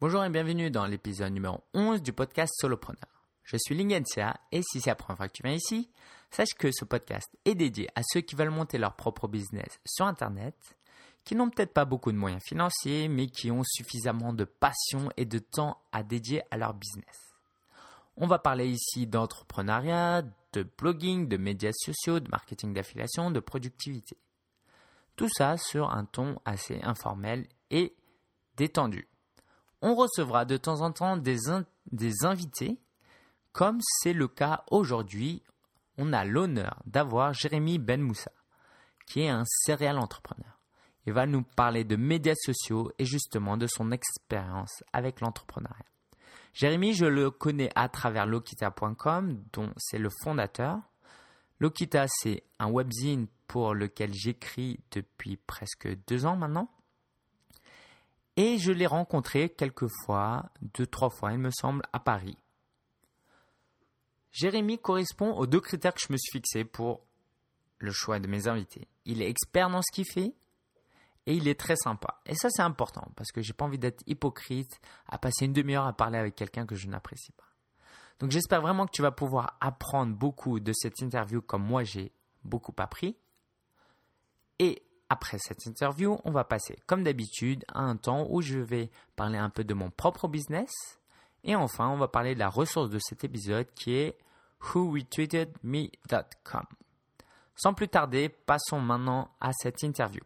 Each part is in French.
Bonjour et bienvenue dans l'épisode numéro 11 du podcast Solopreneur. Je suis Lingensia et si c'est la première fois que tu viens ici, sache que ce podcast est dédié à ceux qui veulent monter leur propre business sur Internet, qui n'ont peut-être pas beaucoup de moyens financiers, mais qui ont suffisamment de passion et de temps à dédier à leur business. On va parler ici d'entrepreneuriat, de blogging, de médias sociaux, de marketing d'affiliation, de productivité. Tout ça sur un ton assez informel et détendu. On recevra de temps en temps des invités, comme c'est le cas aujourd'hui. On a l'honneur d'avoir Jérémy Ben Moussa, qui est un serial entrepreneur. Il va nous parler de médias sociaux et justement de son expérience avec l'entrepreneuriat. Jérémy, je le connais à travers Lokita.com, dont c'est le fondateur. Lokita, c'est un webzine pour lequel j'écris depuis presque 2 ans maintenant. Et je l'ai rencontré quelques fois, 2-3 fois, il me semble, à Paris. Jérémy correspond aux 2 critères que je me suis fixés pour le choix de mes invités. Il est expert dans ce qu'il fait et il est très sympa. Et ça, c'est important parce que j'ai pas envie d'être hypocrite à passer une demi-heure à parler avec quelqu'un que je n'apprécie pas. Donc, j'espère vraiment que tu vas pouvoir apprendre beaucoup de cette interview comme moi, j'ai beaucoup appris. Et après cette interview, on va passer, comme d'habitude, à un temps où je vais parler un peu de mon propre business. Et enfin, on va parler de la ressource de cet épisode qui est whoretweetedme.com. Sans plus tarder, passons maintenant à cette interview.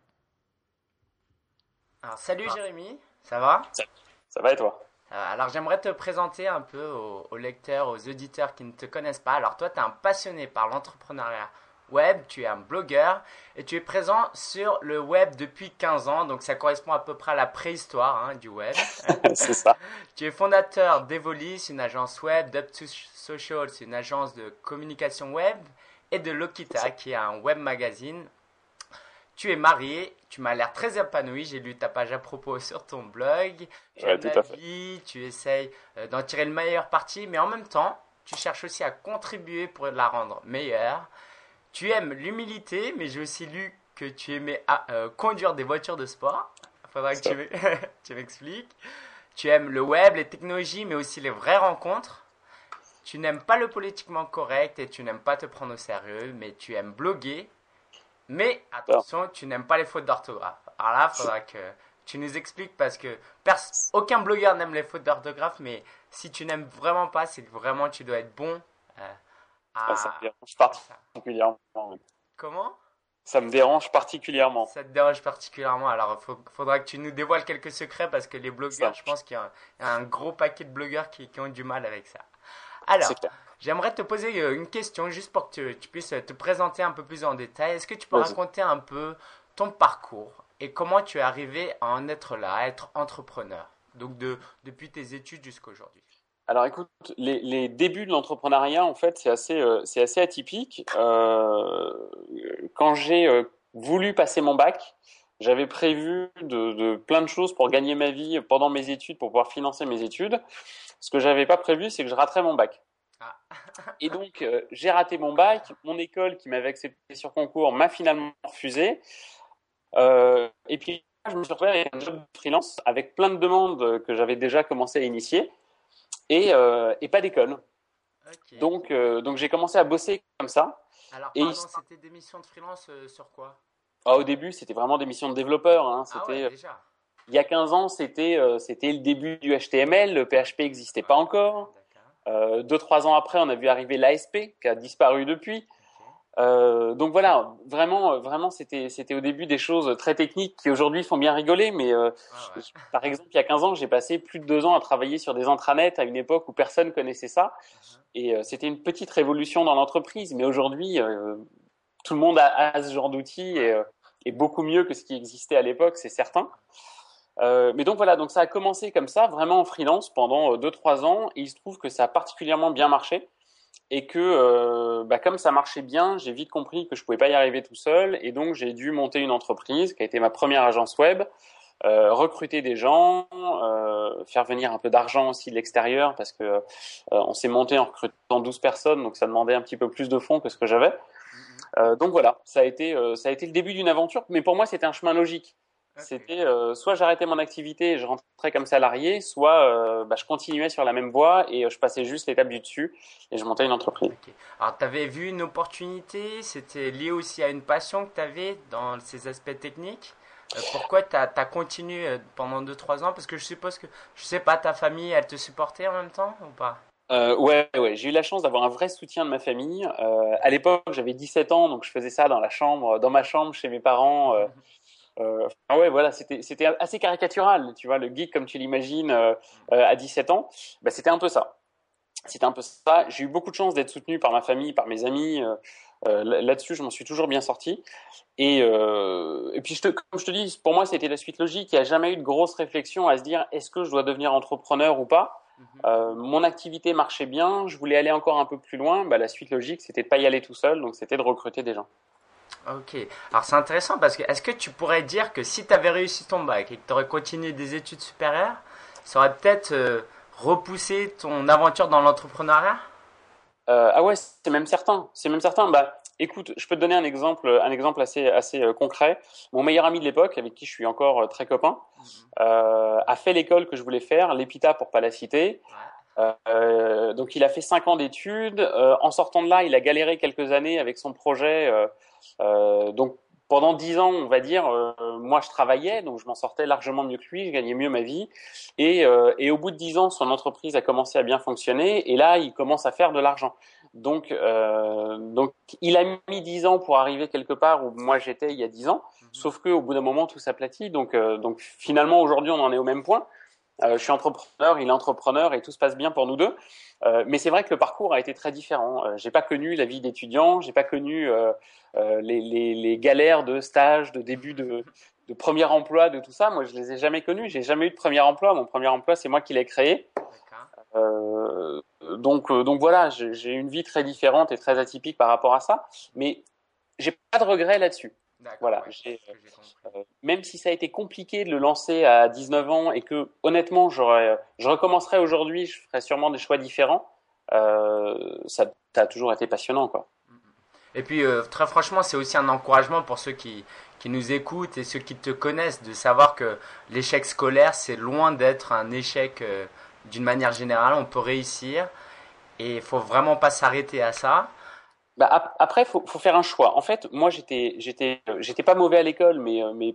Alors, salut Jérémy, ça va ? Ça va et toi ? Alors, j'aimerais te présenter un peu aux lecteurs, aux auditeurs qui ne te connaissent pas. Alors, toi, tu es un passionné par l'entrepreneuriat web, tu es un blogueur et tu es présent sur le web depuis 15 ans, donc ça correspond à peu près à la préhistoire du web. C'est ça. Tu es fondateur d'Evolis, une agence web, d'Up2Social, c'est une agence de communication web, et de Lokita, qui est un web magazine. Tu es marié, tu m'as l'air très épanoui, j'ai lu ta page à propos sur ton blog. Tu aimes la vie, tu essayes d'en tirer le meilleur parti, mais en même temps, tu cherches aussi à contribuer pour la rendre meilleure. Tu aimes l'humilité, mais j'ai aussi lu que tu aimais conduire des voitures de sport. Il faudra que tu m'expliques. Tu aimes le web, les technologies, mais aussi les vraies rencontres. Tu n'aimes pas le politiquement correct et tu n'aimes pas te prendre au sérieux, mais tu aimes bloguer. Mais attention, tu n'aimes pas les fautes d'orthographe. Alors là, il faudra que tu nous expliques parce que aucun blogueur n'aime les fautes d'orthographe, mais si tu n'aimes vraiment pas, c'est que vraiment tu dois être bon. Ça me dérange particulièrement. Comment ? Ça me dérange particulièrement. Ça te dérange particulièrement. Alors, il faudra que tu nous dévoiles quelques secrets parce que les blogueurs, je pense qu'il y a un gros paquet de blogueurs qui ont du mal avec ça. Alors, j'aimerais te poser une question juste pour que tu puisses te présenter un peu plus en détail. Est-ce que tu peux raconter un peu ton parcours et comment tu es arrivé à en être là, à être entrepreneur, donc depuis tes études jusqu'à aujourd'hui? Alors écoute, les débuts de l'entrepreneuriat, en fait, c'est assez atypique. Quand j'ai voulu passer mon bac, j'avais prévu de plein de choses pour gagner ma vie pendant mes études, pour pouvoir financer mes études. Ce que j'avais pas prévu, c'est que je raterais mon bac. Et donc, j'ai raté mon bac. Mon école, qui m'avait accepté sur concours, m'a finalement refusé. Et puis, je me suis retrouvé avec un job de freelance, avec plein de demandes que j'avais déjà commencé à initier. Et pas d'école. Okay. Donc j'ai commencé à bosser comme ça. Alors, pardon, c'était des missions de freelance sur quoi ? Au début, c'était vraiment des missions de développeur. Déjà. Il y a 15 ans, c'était le début du HTML, le PHP n'existait pas encore. 2-3 ans après, on a vu arriver l'ASP, qui a disparu depuis. Donc voilà, vraiment, c'était au début des choses très techniques qui aujourd'hui font bien rigoler, mais par exemple, il y a 15 ans, j'ai passé plus de 2 ans à travailler sur des intranets à une époque où personne connaissait ça, et c'était une petite révolution dans l'entreprise, mais aujourd'hui, tout le monde a ce genre d'outils et beaucoup mieux que ce qui existait à l'époque, c'est certain. Mais donc voilà, donc ça a commencé comme ça, vraiment en freelance pendant 2-3 ans, et il se trouve que ça a particulièrement bien marché. Et que comme ça marchait bien, j'ai vite compris que je pouvais pas y arriver tout seul, et donc j'ai dû monter une entreprise qui a été ma première agence web, recruter des gens, faire venir un peu d'argent aussi de l'extérieur parce que on s'est monté en recrutant 12 personnes, donc ça demandait un petit peu plus de fonds que ce que j'avais. Donc voilà, ça a été le début d'une aventure, mais pour moi c'était un chemin logique. C'était soit j'arrêtais mon activité et je rentrais comme salarié, soit je continuais sur la même voie et je passais juste l'étape du dessus et je montais une entreprise. Ok. Alors, tu avais vu une opportunité, c'était lié aussi à une passion que tu avais dans ces aspects techniques. Pourquoi tu as continué pendant 2-3 ans? Parce que je suppose que, je sais pas, ta famille, elle te supportait en même temps ou pas? Ouais, j'ai eu la chance d'avoir un vrai soutien de ma famille. À l'époque, j'avais 17 ans, donc je faisais ça dans ma chambre, chez mes parents. Ouais, voilà, c'était assez caricatural, tu vois, le geek comme tu l'imagines à 17 ans, c'était un peu ça. C'était un peu ça. J'ai eu beaucoup de chance d'être soutenu par ma famille, par mes amis. Là-dessus, je m'en suis toujours bien sorti. Et puis, comme je te dis, pour moi, c'était la suite logique. Il n'y a jamais eu de grosse réflexion à se dire est-ce que je dois devenir entrepreneur ou pas. Mon activité marchait bien, je voulais aller encore un peu plus loin. La suite logique, c'était de pas y aller tout seul, donc c'était de recruter des gens. Ok. Alors, c'est intéressant parce que est-ce que tu pourrais dire que si tu avais réussi ton bac et que tu aurais continué des études supérieures, ça aurait peut-être repoussé ton aventure dans l'entrepreneuriat? Ah ouais, c'est même certain. C'est même certain. Écoute, je peux te donner un exemple assez concret. Mon meilleur ami de l'époque, avec qui je suis encore très copain, a fait l'école que je voulais faire, l'EPITA pour pas la citer. Donc il a fait 5 ans d'études. En sortant de là, il a galéré quelques années avec son projet. Donc pendant 10 ans, on va dire, moi je travaillais, donc je m'en sortais largement mieux que lui, je gagnais mieux ma vie. Et au bout de 10 ans, son entreprise a commencé à bien fonctionner. Et là, il commence à faire de l'argent. Donc il a mis 10 ans pour arriver quelque part où moi j'étais il y a 10 ans. Sauf qu'au bout d'un moment, tout s'aplatit. Donc finalement, aujourd'hui, on en est au même point. Je suis entrepreneur, il est entrepreneur et tout se passe bien pour nous deux. Mais c'est vrai que le parcours a été très différent. J'ai pas connu la vie d'étudiant, j'ai pas connu les galères de stage, de début de premier emploi, de tout ça. Moi, je les ai jamais connus. J'ai jamais eu de premier emploi. Mon premier emploi, c'est moi qui l'ai créé. Donc voilà, j'ai une vie très différente et très atypique par rapport à ça. Mais j'ai pas de regrets là-dessus. D'accord, Voilà, ouais, c'est ce que j'ai compris. même si ça a été compliqué de le lancer à 19 ans et que honnêtement je recommencerais aujourd'hui, je ferais sûrement des choix différents. Ça a toujours été passionnant, quoi. Et puis, très franchement, c'est aussi un encouragement pour ceux qui nous écoutent et ceux qui te connaissent de savoir que l'échec scolaire, c'est loin d'être un échec d'une manière générale. On peut réussir et il faut vraiment pas s'arrêter à ça. Après, faut faire un choix. En fait, moi, j'étais pas mauvais à l'école, mais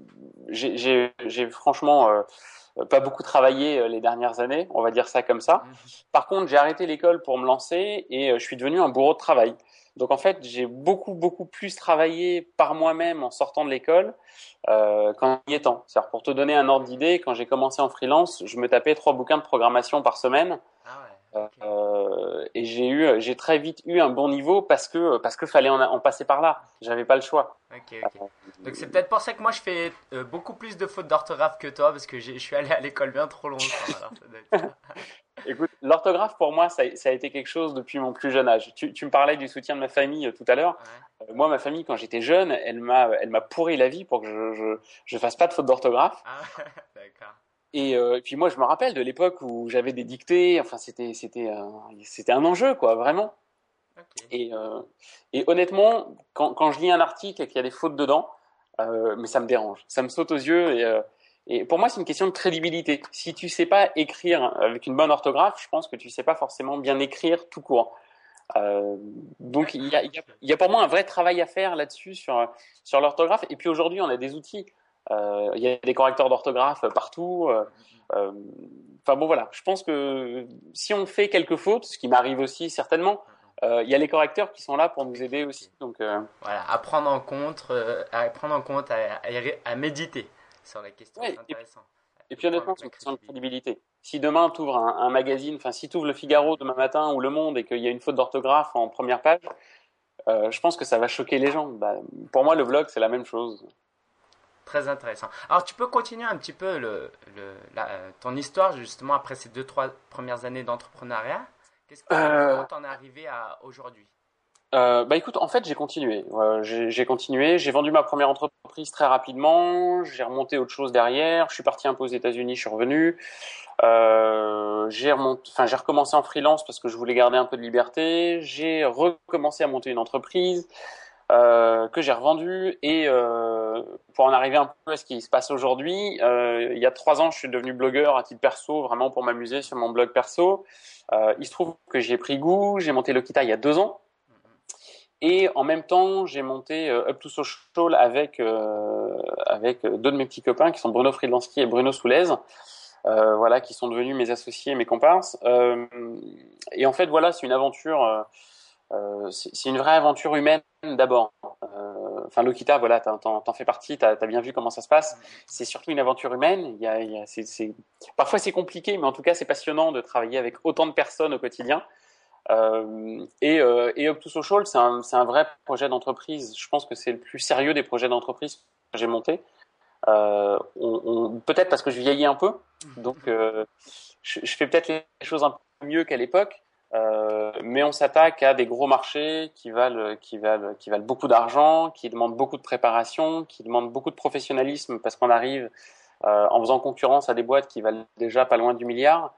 j'ai franchement pas beaucoup travaillé les dernières années, on va dire ça comme ça. Par contre, j'ai arrêté l'école pour me lancer et je suis devenu un bourreau de travail. Donc en fait, j'ai beaucoup plus travaillé par moi-même en sortant de l'école qu'en y étant. C'est-à-dire pour te donner un ordre d'idée, quand j'ai commencé en freelance, je me tapais 3 bouquins de programmation par semaine. Ah ouais, ok. Et j'ai très vite eu un bon niveau parce que fallait en passer par là. J'avais pas le choix. Ok. Donc c'est peut-être pour ça que moi je fais beaucoup plus de fautes d'orthographe que toi parce que je suis allé à l'école bien trop longtemps. Alors ça doit être ça. Écoute, l'orthographe pour moi, ça a été quelque chose depuis mon plus jeune âge. Tu me parlais du soutien de ma famille tout à l'heure. Ouais. Moi, ma famille, quand j'étais jeune, elle m'a pourri la vie pour que je fasse pas de fautes d'orthographe. Ah, d'accord. Et puis moi, je me rappelle de l'époque où j'avais des dictées. Enfin, c'était un enjeu, quoi, vraiment. Ok. Et honnêtement, quand je lis un article et qu'il y a des fautes dedans, mais ça me dérange, ça me saute aux yeux. Et pour moi, c'est une question de crédibilité. Si tu sais pas écrire avec une bonne orthographe, je pense que tu sais pas forcément bien écrire tout court. Donc il y a pour moi un vrai travail à faire là-dessus sur l'orthographe. Et puis aujourd'hui, on a des outils. Il y a des correcteurs d'orthographe partout. Euh, Enfin bon, voilà. Je pense que si on fait quelques fautes, ce qui m'arrive aussi certainement, il y a les correcteurs qui sont là pour nous aider aussi. Donc Voilà, à prendre en compte, à méditer sur la question. ouais. C'est intéressant. Et puis Pour honnêtement, c'est la une question de crédibilité. crédibilité. Si demain tu ouvres un magazine, enfin si tu ouvres le Figaro demain matin ou Le Monde et qu'il y a une faute d'orthographe en première page, je pense que ça va choquer les gens. Pour moi, le blog, c'est la même chose. Très intéressant. Alors, tu peux continuer un petit peu ton histoire, justement, après ces 2-3 premières années d'entrepreneuriat. Comment Euh, t'en es arrivé à aujourd'hui? Écoute, en fait, j'ai continué. J'ai continué. J'ai vendu ma première entreprise très rapidement. J'ai remonté autre chose derrière. Je suis parti un peu aux États-Unis. Je suis revenu. J'ai recommencé en freelance parce que je voulais garder un peu de liberté. J'ai recommencé à monter une entreprise. que j'ai revendu. Et pour en arriver un peu à ce qui se passe aujourd'hui, il y a 3 ans, je suis devenu blogueur à titre perso, vraiment pour m'amuser sur mon blog perso. Il se trouve que j'ai pris goût, j'ai monté Lokita il y a 2 ans. Et en même temps, j'ai monté Up to Social avec 2 de mes petits copains qui sont Bruno Friedlanski et Bruno Soulez, voilà, qui sont devenus mes associés et mes comparses. Et en fait, voilà, c'est une aventure, c'est une vraie aventure humaine d'abord. Enfin, Lokita, voilà, t'en fais partie, t'as bien vu comment ça se passe. C'est surtout une aventure humaine. Parfois c'est compliqué, mais en tout cas c'est passionnant de travailler avec autant de personnes au quotidien. Et Up to Social, c'est un vrai projet d'entreprise. Je pense que c'est le plus sérieux des projets d'entreprise que j'ai monté. Peut-être parce que je vieillis un peu, donc je fais peut-être les choses un peu mieux qu'à l'époque, mais on s'attaque à des gros marchés qui valent beaucoup d'argent, qui demandent beaucoup de préparation, qui demandent beaucoup de professionnalisme parce qu'on arrive en faisant concurrence à des boîtes qui valent déjà pas loin du milliard.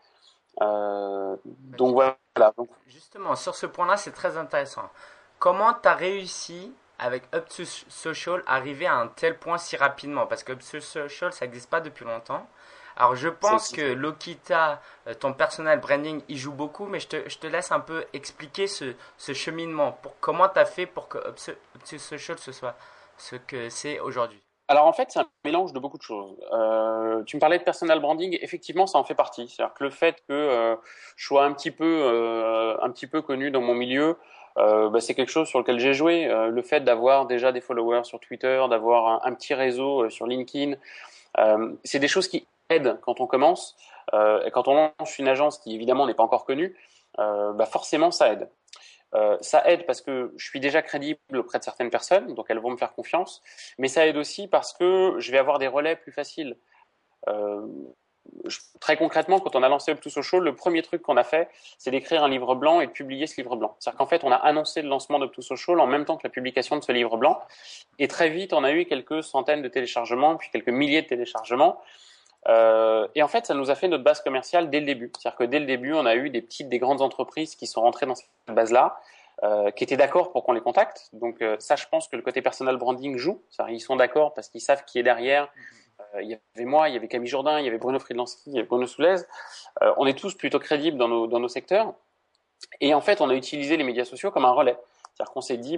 Donc voilà. Donc, justement, sur ce point-là, c'est très intéressant. Comment tu as réussi avec Up to Social arriver à un tel point si rapidement? Parce que Up to Social, ça n'existe pas depuis longtemps. Alors je pense que Lokita, ton personnel branding, y joue beaucoup, mais je te laisse un peu expliquer ce cheminement. Comment tu as fait pour que Up to Social ce soit ce que c'est aujourd'hui? Alors en fait, c'est un mélange de beaucoup de choses. Tu me parlais de personal branding, effectivement, ça en fait partie. C'est-à-dire que le fait que je sois un petit peu connu dans mon milieu, c'est quelque chose sur lequel j'ai joué. Le fait d'avoir déjà des followers sur Twitter, d'avoir un petit réseau sur LinkedIn, c'est des choses qui aident quand on commence. Et quand on lance une agence qui évidemment n'est pas encore connue, forcément ça aide. Ça aide parce que je suis déjà crédible auprès de certaines personnes, donc elles vont me faire confiance, mais ça aide aussi parce que je vais avoir des relais plus faciles. Euh, Très concrètement, quand on a lancé Up to Social, le premier truc qu'on a fait, c'est d'écrire un livre blanc et de publier ce livre blanc. C'est-à-dire qu'en fait, on a annoncé le lancement d'Up to Social en même temps que la publication de ce livre blanc, et très vite, on a eu quelques centaines de téléchargements, puis quelques milliers de téléchargements. Et en fait, ça nous a fait notre base commerciale dès le début. C'est-à-dire que dès le début, on a eu des petites, des grandes entreprises qui sont rentrées dans cette base-là, qui étaient d'accord pour qu'on les contacte. Donc ça, je pense que le côté personal branding joue. C'est-à-dire ils sont d'accord parce qu'ils savent qui est derrière. Il y avait moi, il y avait Camille Jourdain, il y avait Bruno Friedlanski, il y avait Bruno Soulez. On est tous plutôt crédibles dans nos secteurs. Et en fait, on a utilisé les médias sociaux comme un relais. C'est-à-dire qu'on s'est dit,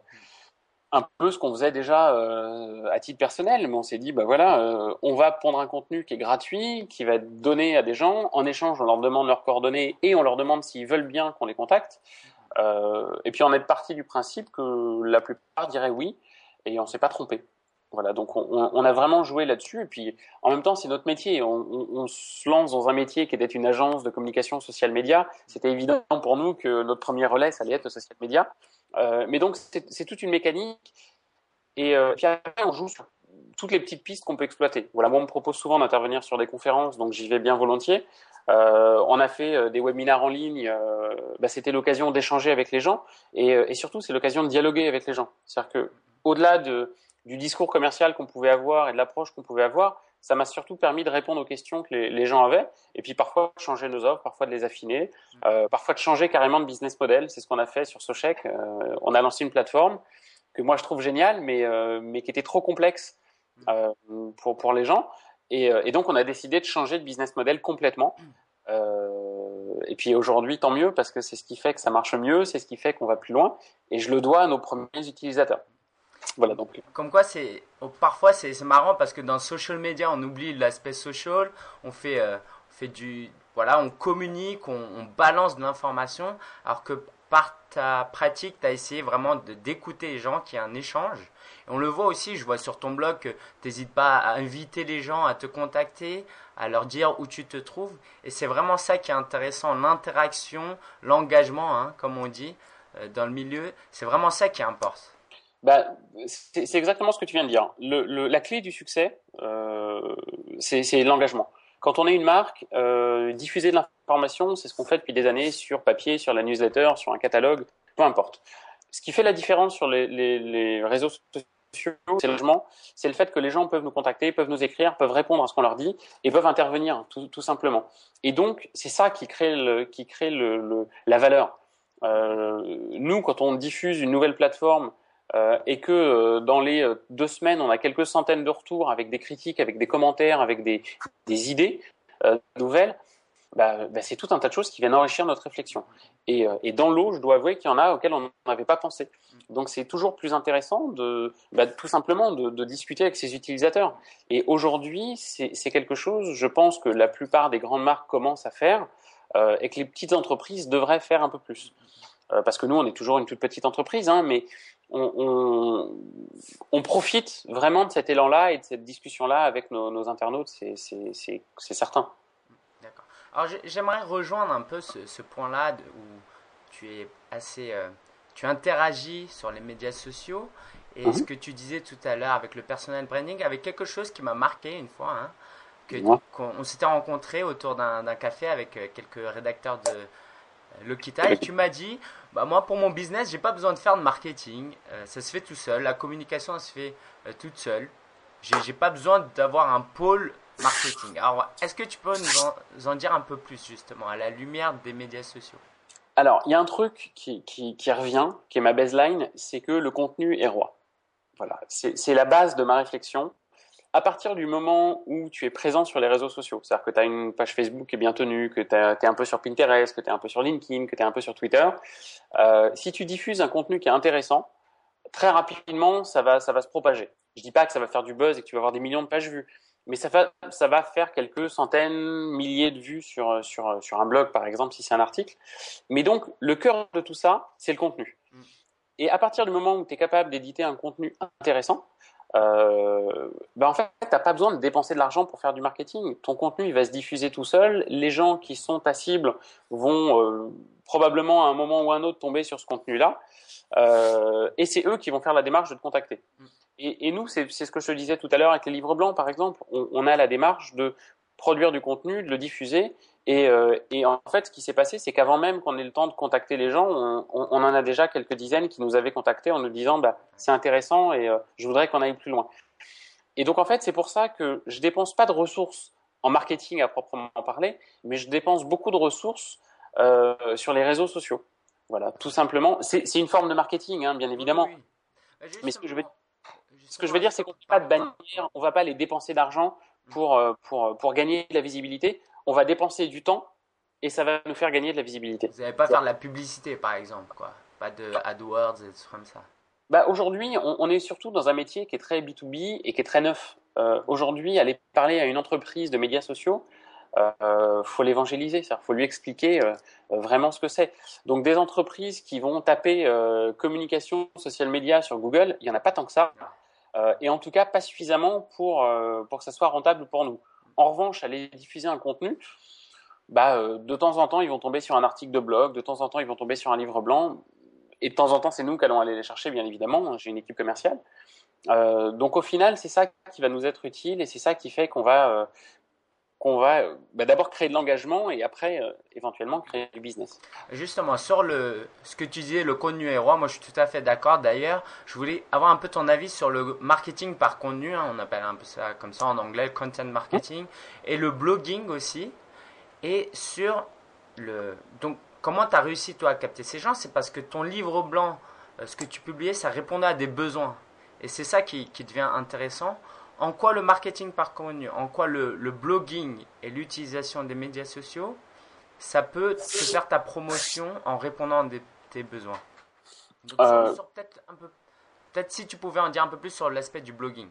un peu ce qu'on faisait déjà à titre personnel, mais on s'est dit, on va pondre un contenu qui est gratuit, qui va être donné à des gens. En échange, on leur demande leurs coordonnées et on leur demande s'ils veulent bien qu'on les contacte. Et puis on est parti du principe que la plupart diraient oui, et on s'est pas trompé. Voilà, donc on a vraiment joué là-dessus. Et puis en même temps, c'est notre métier. On se lance dans un métier qui était une agence de communication social média. C'était évident pour nous que notre premier relais, ça allait être le social média. Mais donc c'est toute une mécanique. Et puis après, on joue sur toutes les petites pistes qu'on peut exploiter. Voilà, moi on me propose souvent d'intervenir sur des conférences, donc j'y vais bien volontiers. On a fait des webinaires en ligne. C'était l'occasion d'échanger avec les gens, et surtout c'est l'occasion de dialoguer avec les gens. C'est-à-dire que au-delà du discours commercial qu'on pouvait avoir et de l'approche qu'on pouvait avoir, ça m'a surtout permis de répondre aux questions que les gens avaient, et puis parfois de changer nos offres, parfois de les affiner, parfois de changer carrément de business model. C'est ce qu'on a fait sur Sochec. On a lancé une plateforme que moi je trouve géniale, mais qui était trop complexe pour les gens, et donc on a décidé de changer de business model complètement. Et puis aujourd'hui, tant mieux, parce que c'est ce qui fait que ça marche mieux, c'est ce qui fait qu'on va plus loin, et je le dois à nos premiers utilisateurs. Voilà, donc. Comme quoi, parfois c'est marrant parce que dans social media, on oublie l'aspect social, on fait on communique, on balance de l'information, alors que par ta pratique, tu as essayé vraiment d'écouter les gens, qu'il y ait un échange. Et on le voit aussi, je vois sur ton blog que tu n'hésites pas à inviter les gens à te contacter, à leur dire où tu te trouves. Et c'est vraiment ça qui est intéressant, l'interaction, l'engagement, hein, comme on dit, dans le milieu. C'est vraiment ça qui importe. C'est exactement ce que tu viens de dire. La clé du succès, c'est l'engagement. Quand on est une marque, diffuser de l'information, c'est ce qu'on fait depuis des années sur papier, sur la newsletter, sur un catalogue, peu importe. Ce qui fait la différence sur les réseaux sociaux, c'est l'engagement, c'est le fait que les gens peuvent nous contacter, peuvent nous écrire, peuvent répondre à ce qu'on leur dit et peuvent intervenir, tout simplement. Et donc, c'est ça qui crée la valeur. Nous, quand on diffuse une nouvelle plateforme, et que dans les 2 semaines, on a quelques centaines de retours avec des critiques, avec des commentaires, avec des idées nouvelles, c'est tout un tas de choses qui viennent enrichir notre réflexion. Et dans l'eau, je dois avouer qu'il y en a auxquelles on n'avait pas pensé. Donc c'est toujours plus intéressant tout simplement de discuter avec ses utilisateurs. Et aujourd'hui, c'est quelque chose, je pense que la plupart des grandes marques commencent à faire et que les petites entreprises devraient faire un peu plus. Parce que nous, on est toujours une toute petite entreprise, hein, mais on profite vraiment de cet élan-là et de cette discussion-là avec nos internautes, c'est certain. D'accord. Alors j'aimerais rejoindre un peu ce point-là où tu es assez, tu interagis sur les médias sociaux et ce que tu disais tout à l'heure avec le personal branding, avec quelque chose qui m'a marqué une fois, hein, qu'on s'était rencontrés autour d'un café avec quelques rédacteurs de Lokita et tu m'as dit, moi pour mon business, j'ai pas besoin de faire de marketing, ça se fait tout seul, la communication elle se fait toute seule. J'ai pas besoin d'avoir un pôle marketing. Alors, est-ce que tu peux nous en dire un peu plus justement à la lumière des médias sociaux? Alors, il y a un truc qui revient, qui est ma baseline, c'est que le contenu est roi. Voilà, c'est la base de ma réflexion. À partir du moment où tu es présent sur les réseaux sociaux, c'est-à-dire que tu as une page Facebook qui est bien tenue, que tu es un peu sur Pinterest, que tu es un peu sur LinkedIn, que tu es un peu sur Twitter, si tu diffuses un contenu qui est intéressant, très rapidement, ça va se propager. Je dis pas que ça va faire du buzz et que tu vas avoir des millions de pages vues, mais ça va faire quelques centaines, milliers de vues sur un blog, par exemple, si c'est un article. Mais donc, le cœur de tout ça, c'est le contenu. Et à partir du moment où tu es capable d'éditer un contenu intéressant, en fait, tu n'as pas besoin de dépenser de l'argent pour faire du marketing. Ton contenu, il va se diffuser tout seul. Les gens qui sont ta cible vont probablement à un moment ou à un autre tomber sur ce contenu-là. Et c'est eux qui vont faire la démarche de te contacter. Et nous, c'est ce que je te disais tout à l'heure avec les livres blancs, par exemple. On a la démarche de produire du contenu, de le diffuser. Et en fait, ce qui s'est passé, c'est qu'avant même qu'on ait le temps de contacter les gens, on en a déjà quelques dizaines qui nous avaient contactés en nous disant c'est intéressant et je voudrais qu'on aille plus loin. Et donc en fait, c'est pour ça que je dépense pas de ressources en marketing à proprement parler, mais je dépense beaucoup de ressources sur les réseaux sociaux. Voilà, tout simplement. C'est une forme de marketing, hein, bien évidemment. Oui. Mais ce que je veux dire, c'est qu'on ne fait pas de bannière, on ne va pas les dépenser d'argent pour gagner de la visibilité. On va dépenser du temps et ça va nous faire gagner de la visibilité. Vous n'allez pas faire de la publicité, par exemple, quoi. Pas de AdWords et des trucs comme ça. Aujourd'hui, on est surtout dans un métier qui est très B2B et qui est très neuf. Aujourd'hui, aller parler à une entreprise de médias sociaux, faut l'évangéliser, c'est-à-dire faut lui expliquer vraiment ce que c'est. Donc des entreprises qui vont taper communication social media sur Google, il y en a pas tant que ça, et en tout cas pas suffisamment pour que ça soit rentable pour nous. En revanche, aller diffuser un contenu, de temps en temps ils vont tomber sur un article de blog, de temps en temps ils vont tomber sur un livre blanc, et de temps en temps c'est nous qui allons aller les chercher, bien évidemment. J'ai une équipe commerciale. Donc au final, c'est ça qui va nous être utile et c'est ça qui fait qu'on va d'abord créer de l'engagement et après éventuellement créer du business. Justement, sur ce que tu disais, le contenu est roi, moi je suis tout à fait d'accord. D'ailleurs, je voulais avoir un peu ton avis sur le marketing par contenu, hein, on appelle un peu ça comme ça en anglais, le content marketing, et le blogging aussi. Et sur donc, comment tu as réussi toi à capter ces gens? C'est parce que ton livre blanc, ce que tu publiais, ça répondait à des besoins. Et c'est ça qui devient intéressant. En quoi le marketing par contenu, en quoi le blogging et l'utilisation des médias sociaux, ça peut te faire ta promotion en répondant à tes besoins. Donc, peut-être si tu pouvais en dire un peu plus sur l'aspect du blogging.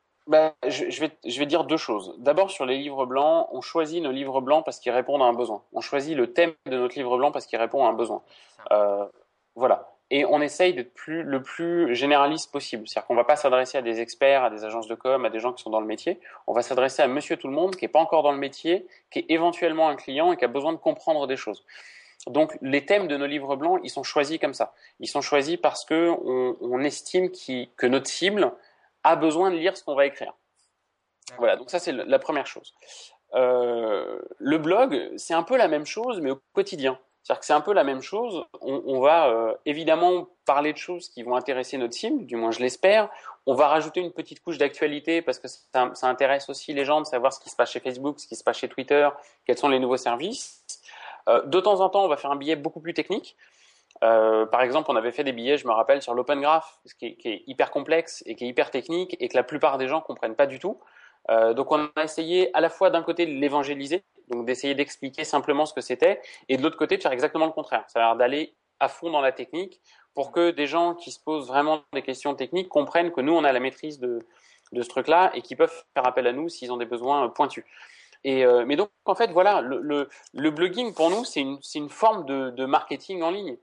Je vais dire deux choses. D'abord, sur les livres blancs, on choisit nos livres blancs parce qu'ils répondent à un besoin. On choisit le thème de notre livre blanc parce qu'il répond à un besoin. Voilà. Et on essaye d'être le plus généraliste possible. C'est-à-dire qu'on ne va pas s'adresser à des experts, à des agences de com, à des gens qui sont dans le métier. On va s'adresser à monsieur tout le monde qui n'est pas encore dans le métier, qui est éventuellement un client et qui a besoin de comprendre des choses. Donc les thèmes de nos livres blancs, ils sont choisis comme ça. Ils sont choisis parce que on estime que notre cible a besoin de lire ce qu'on va écrire. Voilà, donc ça c'est la première chose. Le blog, c'est un peu la même chose, mais au quotidien. C'est-à-dire que c'est un peu la même chose. On va évidemment parler de choses qui vont intéresser notre cible, du moins je l'espère. On va rajouter une petite couche d'actualité parce que ça intéresse aussi les gens de savoir ce qui se passe chez Facebook, ce qui se passe chez Twitter, quels sont les nouveaux services. De temps en temps, on va faire un billet beaucoup plus technique. Par exemple, on avait fait des billets, je me rappelle, sur l'Open Graph, qui est hyper complexe et qui est hyper technique et que la plupart des gens comprennent pas du tout. Donc on a essayé à la fois d'un côté de l'évangéliser, donc d'essayer d'expliquer simplement ce que c'était, et de l'autre côté de faire exactement le contraire, c'est-à-dire d'aller à fond dans la technique pour que des gens qui se posent vraiment des questions techniques comprennent que nous on a la maîtrise de ce truc-là et qu'ils peuvent faire appel à nous s'ils ont des besoins pointus. Mais donc en fait voilà, le blogging pour nous c'est une forme de marketing en ligne.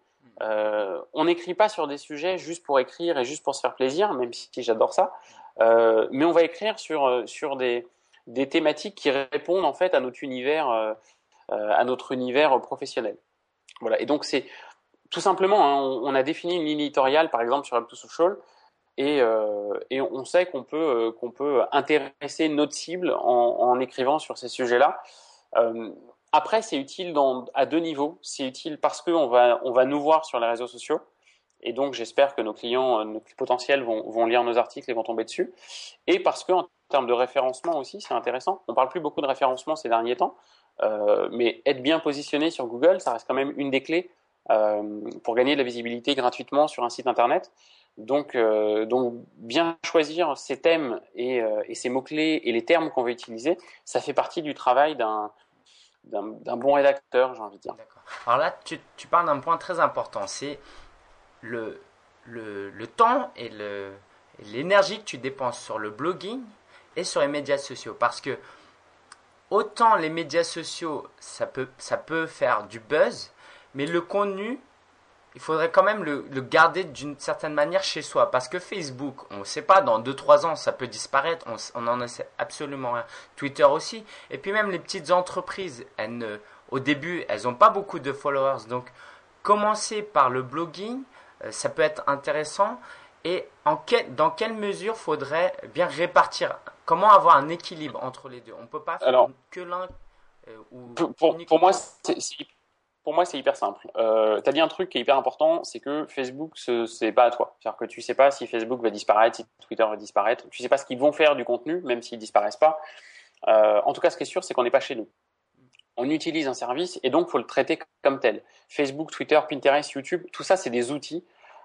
On n'écrit pas sur des sujets juste pour écrire et juste pour se faire plaisir, même si j'adore ça. Mais on va écrire sur des thématiques qui répondent en fait à notre univers professionnel. Voilà. Et donc c'est tout simplement, hein, on a défini une ligne éditoriale par exemple sur Up2Social et on sait qu'on peut intéresser notre cible en écrivant sur ces sujets-là. Après, c'est utile à deux niveaux. C'est utile parce qu'on va nous voir sur les réseaux sociaux. Et donc, j'espère que nos clients potentiels vont lire nos articles et vont tomber dessus. Et parce qu'en termes de référencement aussi, c'est intéressant. On parle plus beaucoup de référencement ces derniers temps. Mais être bien positionné sur Google, ça reste quand même une des clés pour gagner de la visibilité gratuitement sur un site internet. Donc bien choisir ces thèmes et ces mots-clés et les termes qu'on veut utiliser, ça fait partie du travail d'un bon rédacteur, j'ai envie de dire. D'accord. Alors là, tu parles d'un point très important, c'est le temps et l'énergie que tu dépenses sur le blogging et sur les médias sociaux. Parce que autant les médias sociaux, ça peut faire du buzz, mais le contenu, il faudrait quand même le garder d'une certaine manière chez soi. Parce que Facebook, on ne sait pas, dans 2-3 ans, ça peut disparaître. On n'en sait absolument rien. Twitter aussi. Et puis même les petites entreprises, au début, elles n'ont pas beaucoup de followers. Donc, commencer par le blogging, ça peut être intéressant. Et dans quelle mesure faudrait bien répartir? Comment avoir un équilibre entre les deux? On ne peut pas faire que l'un ou pour moi, c'est hyper simple. Tu as dit un truc qui est hyper important, c'est que Facebook, c'est pas à toi. C'est-à-dire que tu sais pas si Facebook va disparaître, si Twitter va disparaître. Tu sais pas ce qu'ils vont faire du contenu, même s'ils disparaissent pas. En tout cas, ce qui est sûr, c'est qu'on n'est pas chez nous. On utilise un service et donc il faut le traiter comme tel. Facebook, Twitter, Pinterest, YouTube, tout ça, c'est des outils.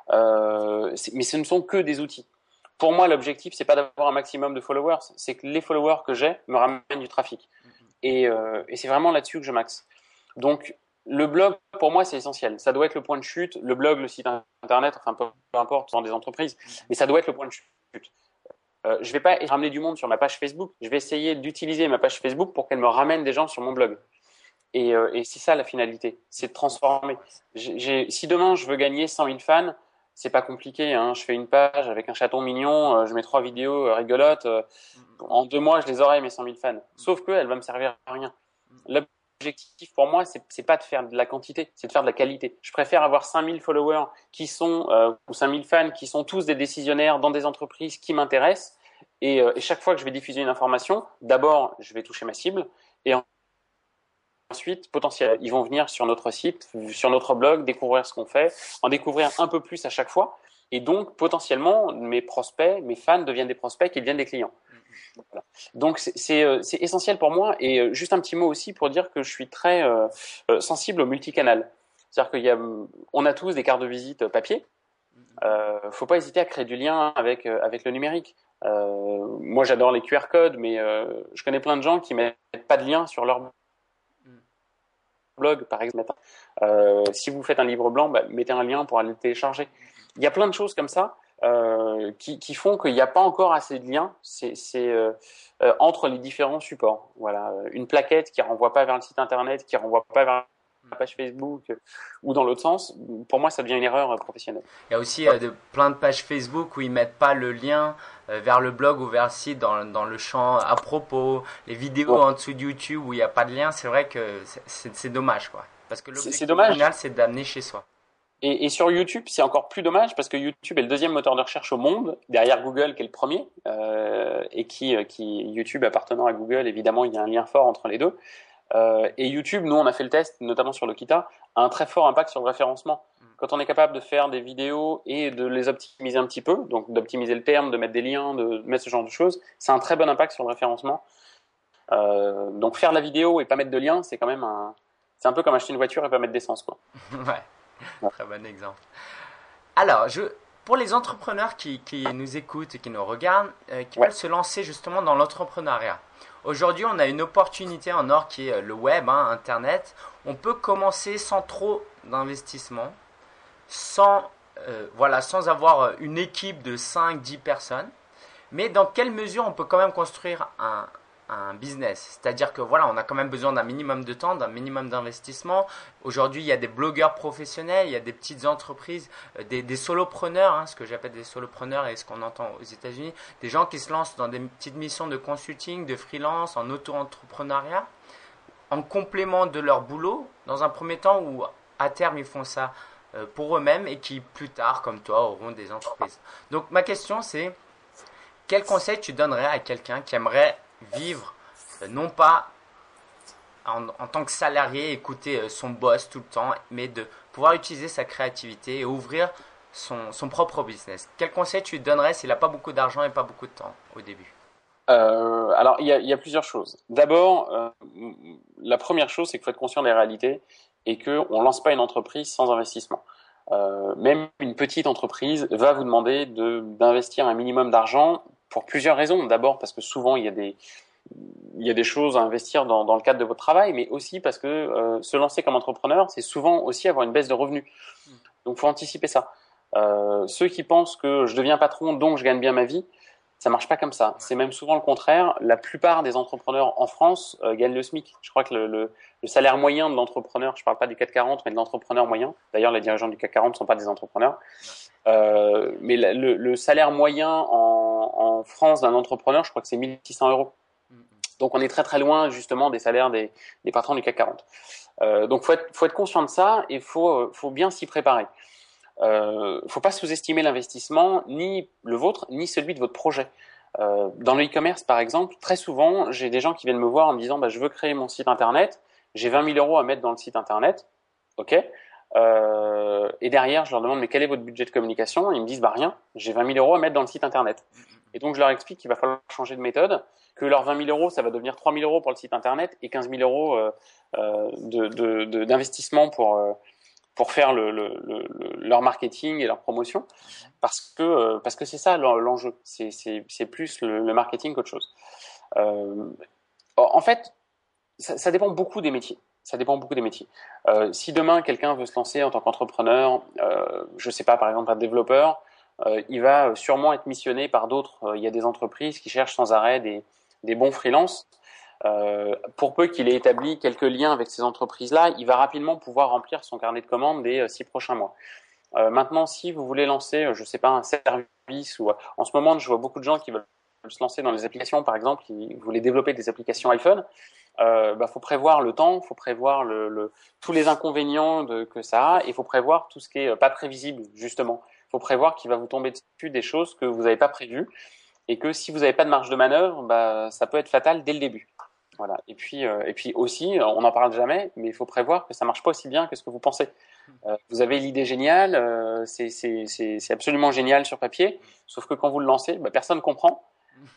Mais ce ne sont que des outils. Pour moi, l'objectif, c'est pas d'avoir un maximum de followers, c'est que les followers que j'ai me ramènent du trafic. Et c'est vraiment là-dessus que je maxe. Donc, le blog, pour moi, c'est essentiel. Ça doit être le point de chute. Le blog, le site internet, enfin peu importe, dans des entreprises, mais ça doit être le point de chute. Je vais pas ramener du monde sur ma page Facebook. Je vais essayer d'utiliser ma page Facebook pour qu'elle me ramène des gens sur mon blog. Et c'est ça la finalité, c'est de transformer. Si demain je veux gagner 100 000 fans, c'est pas compliqué. Hein. Je fais une page avec un chaton mignon, je mets 3 vidéos rigolotes. En 2 mois, je les aurai mes 100 000 fans. Sauf qu'elle va me servir à rien. L'objectif pour moi, c'est pas de faire de la quantité, c'est de faire de la qualité. Je préfère avoir 5 000 followers ou 5 000 fans qui sont tous des décisionnaires dans des entreprises qui m'intéressent. Et chaque fois que je vais diffuser une information, d'abord, je vais toucher ma cible. Et ensuite, potentiellement, ils vont venir sur notre site, sur notre blog, découvrir ce qu'on fait, en découvrir un peu plus à chaque fois. Et donc, potentiellement, mes prospects, mes fans deviennent des prospects qui deviennent des clients. Voilà. Donc, c'est essentiel pour moi. Et juste un petit mot aussi pour dire que je suis très sensible au multicanal. C'est-à-dire qu'on a tous des cartes de visite papier. Faut pas hésiter à créer du lien avec le numérique. Moi, j'adore les QR codes, mais je connais plein de gens qui mettent pas de lien sur leur blog, par exemple. Si vous faites un livre blanc, mettez un lien pour aller le télécharger. Il y a plein de choses comme ça qui font qu'il n'y a pas encore assez de liens entre les différents supports. Voilà, une plaquette qui renvoie pas vers le site internet, qui renvoie pas vers la page Facebook ou dans l'autre sens, pour moi ça devient une erreur professionnelle. Il y a aussi plein de pages Facebook où ils mettent pas le lien vers le blog ou vers le site dans le champ à propos, les vidéos en dessous de YouTube où il n'y a pas de lien. C'est vrai que c'est dommage, quoi. Parce que l'objectif final, c'est d'amener chez soi. Et sur YouTube, c'est encore plus dommage parce que YouTube est le deuxième moteur de recherche au monde, derrière Google qui est le premier, et qui YouTube appartenant à Google, évidemment, il y a un lien fort entre les deux. Et YouTube, nous, on a fait le test, notamment sur Lokita, a un très fort impact sur le référencement. Quand on est capable de faire des vidéos et de les optimiser un petit peu, donc d'optimiser le terme, de mettre des liens, de mettre ce genre de choses, c'est un très bon impact sur le référencement. Donc faire la vidéo et pas mettre de lien, c'est quand même c'est un peu comme acheter une voiture et pas mettre d'essence, quoi. Ouais. Très bon exemple. Alors, pour les entrepreneurs qui nous écoutent et qui nous regardent, qui veulent se lancer justement dans l'entrepreneuriat, aujourd'hui, on a une opportunité en or qui est le web, Internet. On peut commencer sans trop d'investissement, sans avoir une équipe de 5-10 personnes. Mais dans quelle mesure on peut quand même construire un business? C'est-à-dire que voilà, on a quand même besoin d'un minimum de temps, d'un minimum d'investissement. Aujourd'hui, il y a des blogueurs professionnels, il y a des petites entreprises, des solopreneurs, ce que j'appelle des solopreneurs et ce qu'on entend aux États-Unis, des gens qui se lancent dans des petites missions de consulting, de freelance, en auto-entrepreneuriat, en complément de leur boulot, dans un premier temps ou à terme ils font ça pour eux-mêmes et qui plus tard, comme toi, auront des entreprises. Donc ma question c'est, quel conseil tu donnerais à quelqu'un qui aimerait vivre, non pas en tant que salarié, écouter son boss tout le temps, mais de pouvoir utiliser sa créativité et ouvrir son propre business? Quel conseil tu lui donnerais s'il n'a pas beaucoup d'argent et pas beaucoup de temps au début? Alors, il y a plusieurs choses. D'abord, la première chose, c'est qu'il faut être conscient des réalités et qu'on ne lance pas une entreprise sans investissement. Même une petite entreprise va vous demander d'investir un minimum d'argent pour plusieurs raisons. D'abord parce que souvent il y a des choses à investir dans le cadre de votre travail, mais aussi parce que se lancer comme entrepreneur, c'est souvent aussi avoir une baisse de revenus. Donc il faut anticiper ça. Ceux qui pensent que je deviens patron donc je gagne bien ma vie, ça marche pas comme ça. C'est même souvent le contraire. La plupart des entrepreneurs en France gagnent le SMIC. Je crois que le salaire moyen de l'entrepreneur, je parle pas du CAC 40, mais de l'entrepreneur moyen. D'ailleurs, les dirigeants du CAC 40 ne sont pas des entrepreneurs. Mais le salaire moyen en France d'un entrepreneur, je crois que c'est 1 600 euros. Donc on est très très loin justement des salaires des patrons du CAC 40. Donc faut être conscient de ça et faut bien s'y préparer. Faut pas sous-estimer l'investissement, ni le vôtre, ni celui de votre projet. Dans le e-commerce, par exemple, très souvent, j'ai des gens qui viennent me voir en me disant je veux créer mon site internet, j'ai 20 000 euros à mettre dans le site internet, ok. Et derrière, je leur demande mais quel est votre budget de communication? Ils me disent rien, j'ai 20 000 euros à mettre dans le site internet. Et donc je leur explique qu'il va falloir changer de méthode, que leurs 20 000 euros, ça va devenir 3 000 euros pour le site internet et 15 000 euros d'investissement pour faire leur marketing et leur promotion, parce que c'est ça l'enjeu. C'est plus le marketing qu'autre chose. En fait, ça dépend beaucoup des métiers. Ça dépend beaucoup des métiers. Si demain quelqu'un veut se lancer en tant qu'entrepreneur, je sais pas, par exemple un développeur, il va sûrement être missionné par d'autres. Il y a des entreprises qui cherchent sans arrêt des bons freelances. Pour peu qu'il ait établi quelques liens avec ces entreprises-là, il va rapidement pouvoir remplir son carnet de commandes des 6 prochains mois. Maintenant, si vous voulez lancer, je sais pas, un service ou en ce moment, je vois beaucoup de gens qui veulent se lancer dans les applications, par exemple, qui voulaient développer des applications iPhone. Faut prévoir le temps, faut prévoir tous les inconvénients que ça a, et faut prévoir tout ce qui est pas prévisible, justement. Faut prévoir qu'il va vous tomber dessus des choses que vous n'avez pas prévues et que si vous n'avez pas de marge de manœuvre, ça peut être fatal dès le début. Voilà. Et puis aussi, on n'en parle jamais, mais il faut prévoir que ça marche pas aussi bien que ce que vous pensez. Vous avez l'idée géniale, c'est absolument génial sur papier, sauf que quand vous le lancez, personne comprend.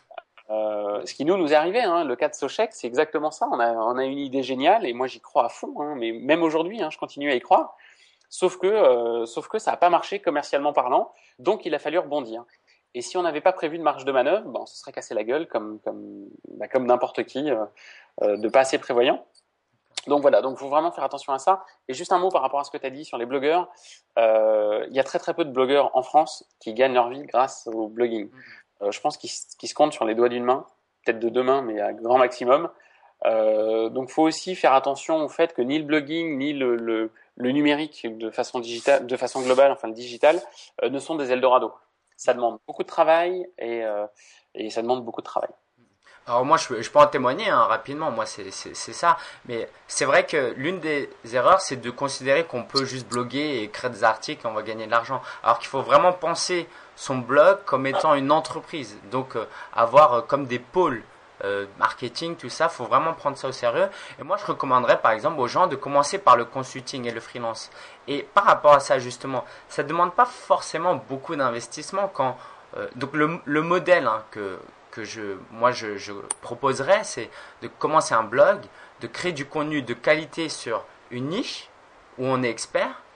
Ce qui nous est arrivé, le cas de Sochec, c'est exactement ça. On a une idée géniale et moi j'y crois à fond, mais même aujourd'hui, je continue à y croire. Sauf que ça n'a pas marché commercialement parlant, donc il a fallu rebondir. Et si on n'avait pas prévu de marge de manœuvre, on se serait cassé la gueule comme n'importe qui, de pas assez prévoyant. Donc voilà, donc faut vraiment faire attention à ça. Et juste un mot par rapport à ce que tu as dit sur les blogueurs. Il y a très très peu de blogueurs en France qui gagnent leur vie grâce au blogging. Je pense qu'ils se comptent sur les doigts d'une main, peut-être de 2 mains, mais à grand maximum. Donc faut aussi faire attention au fait que ni le blogging ni le numérique de façon digitale, de façon globale, enfin le digital, ne sont des Eldorado. Ça demande beaucoup de travail et ça demande beaucoup de travail. Alors moi, je peux en témoigner rapidement, moi c'est ça, mais c'est vrai que l'une des erreurs, c'est de considérer qu'on peut juste bloguer et créer des articles et on va gagner de l'argent, alors qu'il faut vraiment penser son blog comme étant une entreprise, donc avoir comme des pôles marketing, tout ça, faut vraiment prendre ça au sérieux. Et moi je recommanderais par exemple aux gens de commencer par le consulting et le freelance. Et par rapport à ça justement, ça ne demande pas forcément beaucoup d'investissement quand donc le modèle que je proposerais, c'est de commencer un blog, de créer du contenu de qualité sur une niche où on est expert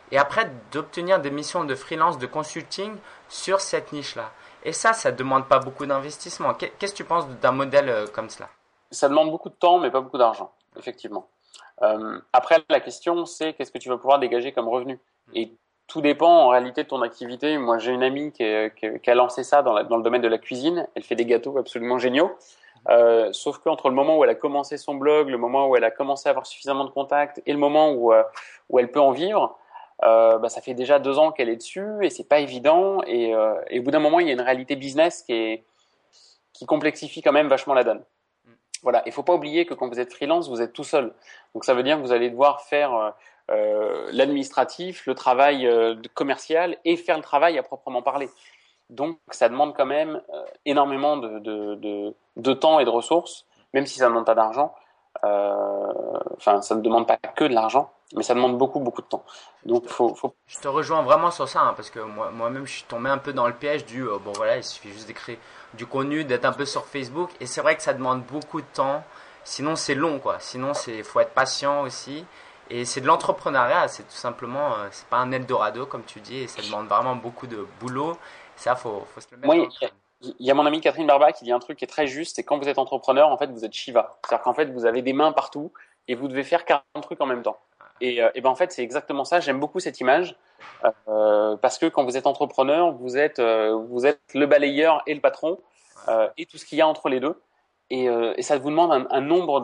et après d'obtenir des missions de freelance, de consulting sur cette niche-là. Et ça ne demande pas beaucoup d'investissement. Qu'est-ce que tu penses d'un modèle comme cela? Ça demande beaucoup de temps, mais pas beaucoup d'argent, effectivement. Après, la question, c'est qu'est-ce que tu vas pouvoir dégager comme revenu. Et tout dépend en réalité de ton activité. Moi, j'ai une amie qui a lancé ça dans le domaine de la cuisine. Elle fait des gâteaux absolument géniaux. Sauf qu'entre le moment où elle a commencé son blog, le moment où elle a commencé à avoir suffisamment de contacts et le moment où elle peut en vivre, ça fait déjà 2 ans qu'elle est dessus et c'est pas évident. Et au bout d'un moment, il y a une réalité business qui complexifie quand même vachement la donne. Voilà, il faut pas oublier que quand vous êtes freelance, vous êtes tout seul. Donc ça veut dire que vous allez devoir faire l'administratif, le travail commercial et faire le travail à proprement parler. Donc ça demande quand même énormément de temps et de ressources, même si ça ne demande pas d'argent. Enfin, ça ne demande pas que de l'argent, mais ça demande beaucoup, beaucoup de temps. Donc Je te rejoins vraiment sur ça, hein, parce que moi-même, je suis tombé un peu dans le piège du bon voilà, il suffit juste d'écrire du contenu, d'être un peu sur Facebook, et c'est vrai que ça demande beaucoup de temps. Sinon, c'est long, quoi. Sinon, faut être patient aussi. Et c'est de l'entrepreneuriat, c'est tout simplement, c'est pas un Eldorado comme tu dis, et ça demande vraiment beaucoup de boulot. Ça, faut se le mettre moi, dans le crâne. il y a mon amie Catherine Barba qui dit un truc qui est très juste, c'est quand vous êtes entrepreneur, en fait, vous êtes Shiva. C'est-à-dire qu'en fait, vous avez des mains partout et vous devez faire 40 trucs en même temps. Et ben en fait, c'est exactement ça. J'aime beaucoup cette image parce que quand vous êtes entrepreneur, vous êtes le balayeur et le patron et tout ce qu'il y a entre les deux. Et ça vous demande un nombre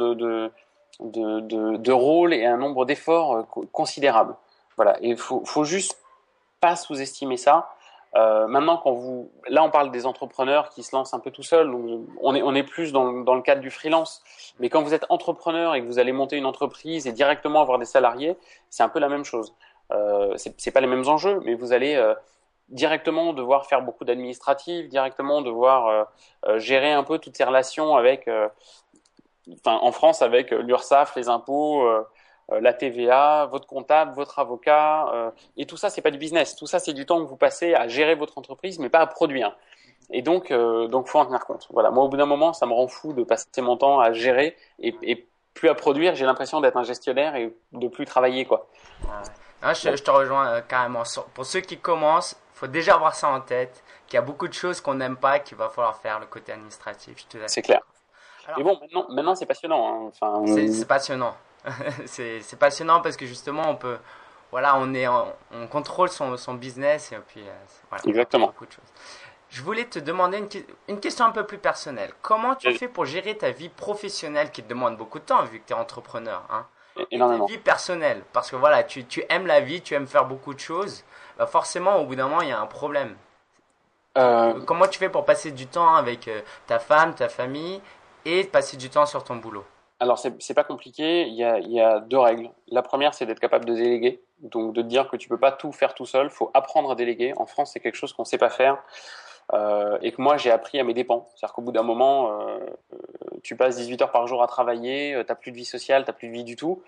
de rôles et un nombre d'efforts considérables. Voilà. Et faut juste pas sous-estimer ça. Maintenant, là, on parle des entrepreneurs qui se lancent un peu tout seuls. Donc, on est plus dans le cadre du freelance. Mais quand vous êtes entrepreneur et que vous allez monter une entreprise et directement avoir des salariés, c'est un peu la même chose. C'est pas les mêmes enjeux, mais vous allez directement devoir faire beaucoup d'administratifs, directement devoir gérer un peu toutes ces relations avec, en France, avec l'URSSAF, les impôts. La TVA, votre comptable, votre avocat, et tout ça, c'est pas du business. Tout ça, c'est du temps que vous passez à gérer votre entreprise, mais pas à produire. Et donc, faut en tenir compte. Voilà. Moi, au bout d'un moment, ça me rend fou de passer mon temps à gérer et plus à produire. J'ai l'impression d'être un gestionnaire et de plus travailler, quoi. Ouais. Ah, je te rejoins carrément. Pour ceux qui commencent, il faut déjà avoir ça en tête, qu'il y a beaucoup de choses qu'on n'aime pas, qu'il va falloir faire le côté administratif. Je te laisse. C'est clair. Alors, Et bon, maintenant, c'est passionnant. Hein. Enfin, c'est passionnant. C'est passionnant parce que justement, voilà, on contrôle son business et puis voilà, exactement. beaucoup de choses. Je voulais te demander une question un peu plus personnelle. Comment tu fais pour gérer ta vie professionnelle qui te demande beaucoup de temps vu que tu es entrepreneur, hein, et ta vie personnelle? Parce que voilà, tu aimes la vie, tu aimes faire beaucoup de choses. Bah forcément, au bout d'un moment, il y a un problème. Comment tu fais pour passer du temps avec ta femme, ta famille et passer du temps sur ton boulot? Alors, c'est pas compliqué. Il y a 2 règles. La première, c'est d'être capable de déléguer. Donc, de te dire que tu peux pas tout faire tout seul. Faut apprendre à déléguer. En France, c'est quelque chose qu'on sait pas faire. Et que moi, j'ai appris à mes dépens. C'est-à-dire qu'au bout d'un moment, tu passes 18 heures par jour à travailler, t'as plus de vie sociale, t'as plus de vie du tout.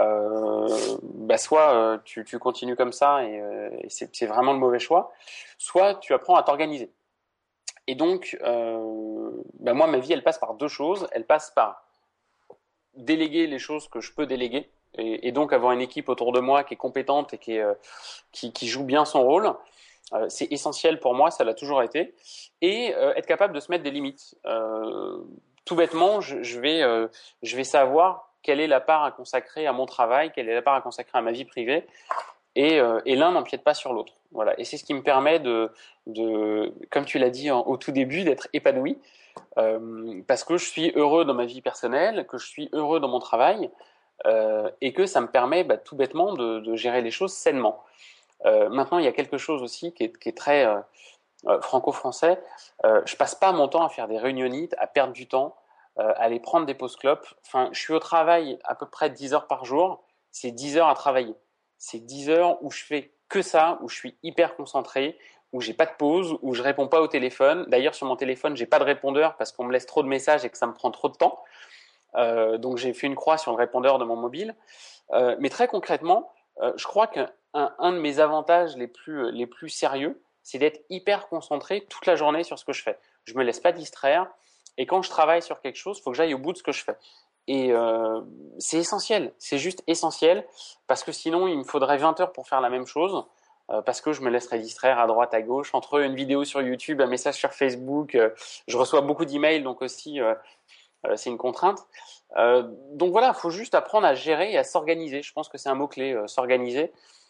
Soit tu continues comme ça et c'est vraiment le mauvais choix. Soit tu apprends à t'organiser. Et donc, moi, ma vie, elle passe par 2 choses. Elle passe par déléguer les choses que je peux déléguer et donc avoir une équipe autour de moi qui est compétente et qui joue bien son rôle. C'est essentiel pour moi, ça l'a toujours été. Et être capable de se mettre des limites. Tout bêtement, je vais savoir quelle est la part à consacrer à mon travail, quelle est la part à consacrer à ma vie privée. Et l'un n'empiète pas sur l'autre. Voilà. Et c'est ce qui me permet comme tu l'as dit au tout début, d'être épanoui. Parce que je suis heureux dans ma vie personnelle, que je suis heureux dans mon travail, et que ça me permet tout bêtement de gérer les choses sainement. Maintenant, il y a quelque chose aussi qui est très franco-français. Je passe pas mon temps à faire des réunionites, à perdre du temps, à aller prendre des pauses clopes. Enfin, je suis au travail à peu près 10 heures par jour. C'est 10 heures à travailler. C'est 10 heures où je fais que ça, où je suis hyper concentré, où j'ai pas de pause, où je réponds pas au téléphone. D'ailleurs, sur mon téléphone, j'ai pas de répondeur parce qu'on me laisse trop de messages et que ça me prend trop de temps. Donc, j'ai fait une croix sur le répondeur de mon mobile. Mais très concrètement, je crois qu'un de mes avantages les plus sérieux, c'est d'être hyper concentré toute la journée sur ce que je fais. Je me laisse pas distraire. Et quand je travaille sur quelque chose, il faut que j'aille au bout de ce que je fais. Et c'est essentiel, c'est juste essentiel, parce que sinon il me faudrait 20 heures pour faire la même chose, parce que je me laisserais distraire à droite, à gauche, entre une vidéo sur YouTube, un message sur Facebook, je reçois beaucoup d'emails, donc aussi c'est une contrainte. Donc voilà, il faut juste apprendre à gérer et à s'organiser, je pense que c'est un mot-clé, s'organiser.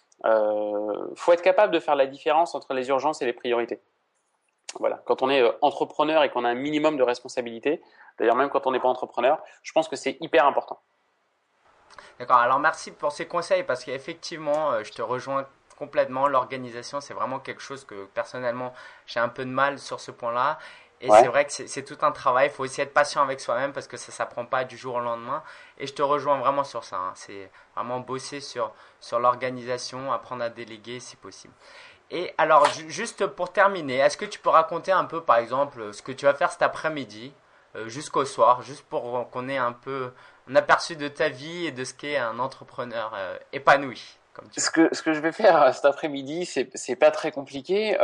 Faut être capable de faire la différence entre les urgences et les priorités. Voilà. Quand on est entrepreneur et qu'on a un minimum de responsabilité, d'ailleurs même quand on n'est pas entrepreneur, je pense que c'est hyper important. D'accord, alors merci pour ces conseils parce qu'effectivement, je te rejoins complètement. L'organisation, c'est vraiment quelque chose que personnellement, j'ai un peu de mal sur ce point-là. Et c'est Ouais. vrai que c'est tout un travail. Il faut aussi être patient avec soi-même parce que ça ne s'apprend pas du jour au lendemain. Et je te rejoins vraiment sur ça, hein. C'est vraiment bosser sur l'organisation, apprendre à déléguer si possible. Et alors, juste pour terminer, est-ce que tu peux raconter un peu, par exemple, ce que tu vas faire cet après-midi, jusqu'au soir, juste pour qu'on ait un peu un aperçu de ta vie et de ce qu'est un entrepreneur épanoui, comme tu Ce que je vais faire cet après-midi, c'est pas très compliqué.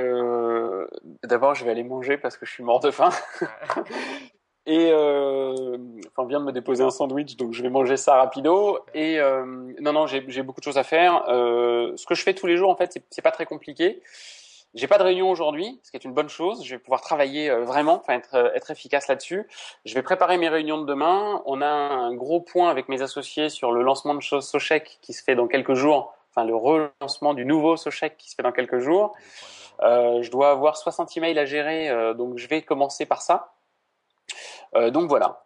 D'abord, je vais aller manger parce que je suis mort de faim. veux. Et enfin, on vient de me déposer un sandwich, donc je vais manger ça rapido. Et non, j'ai beaucoup de choses à faire. Ce que je fais tous les jours, en fait, c'est pas très compliqué. J'ai pas de réunion aujourd'hui, ce qui est une bonne chose. Je vais pouvoir travailler vraiment, enfin être efficace là-dessus. Je vais préparer mes réunions de demain. On a un gros point avec mes associés sur le lancement de Sochec qui se fait dans quelques jours. Enfin, le relancement du nouveau Sochec qui se fait dans quelques jours. Je dois avoir 60 emails à gérer, donc je vais commencer par ça. Donc voilà,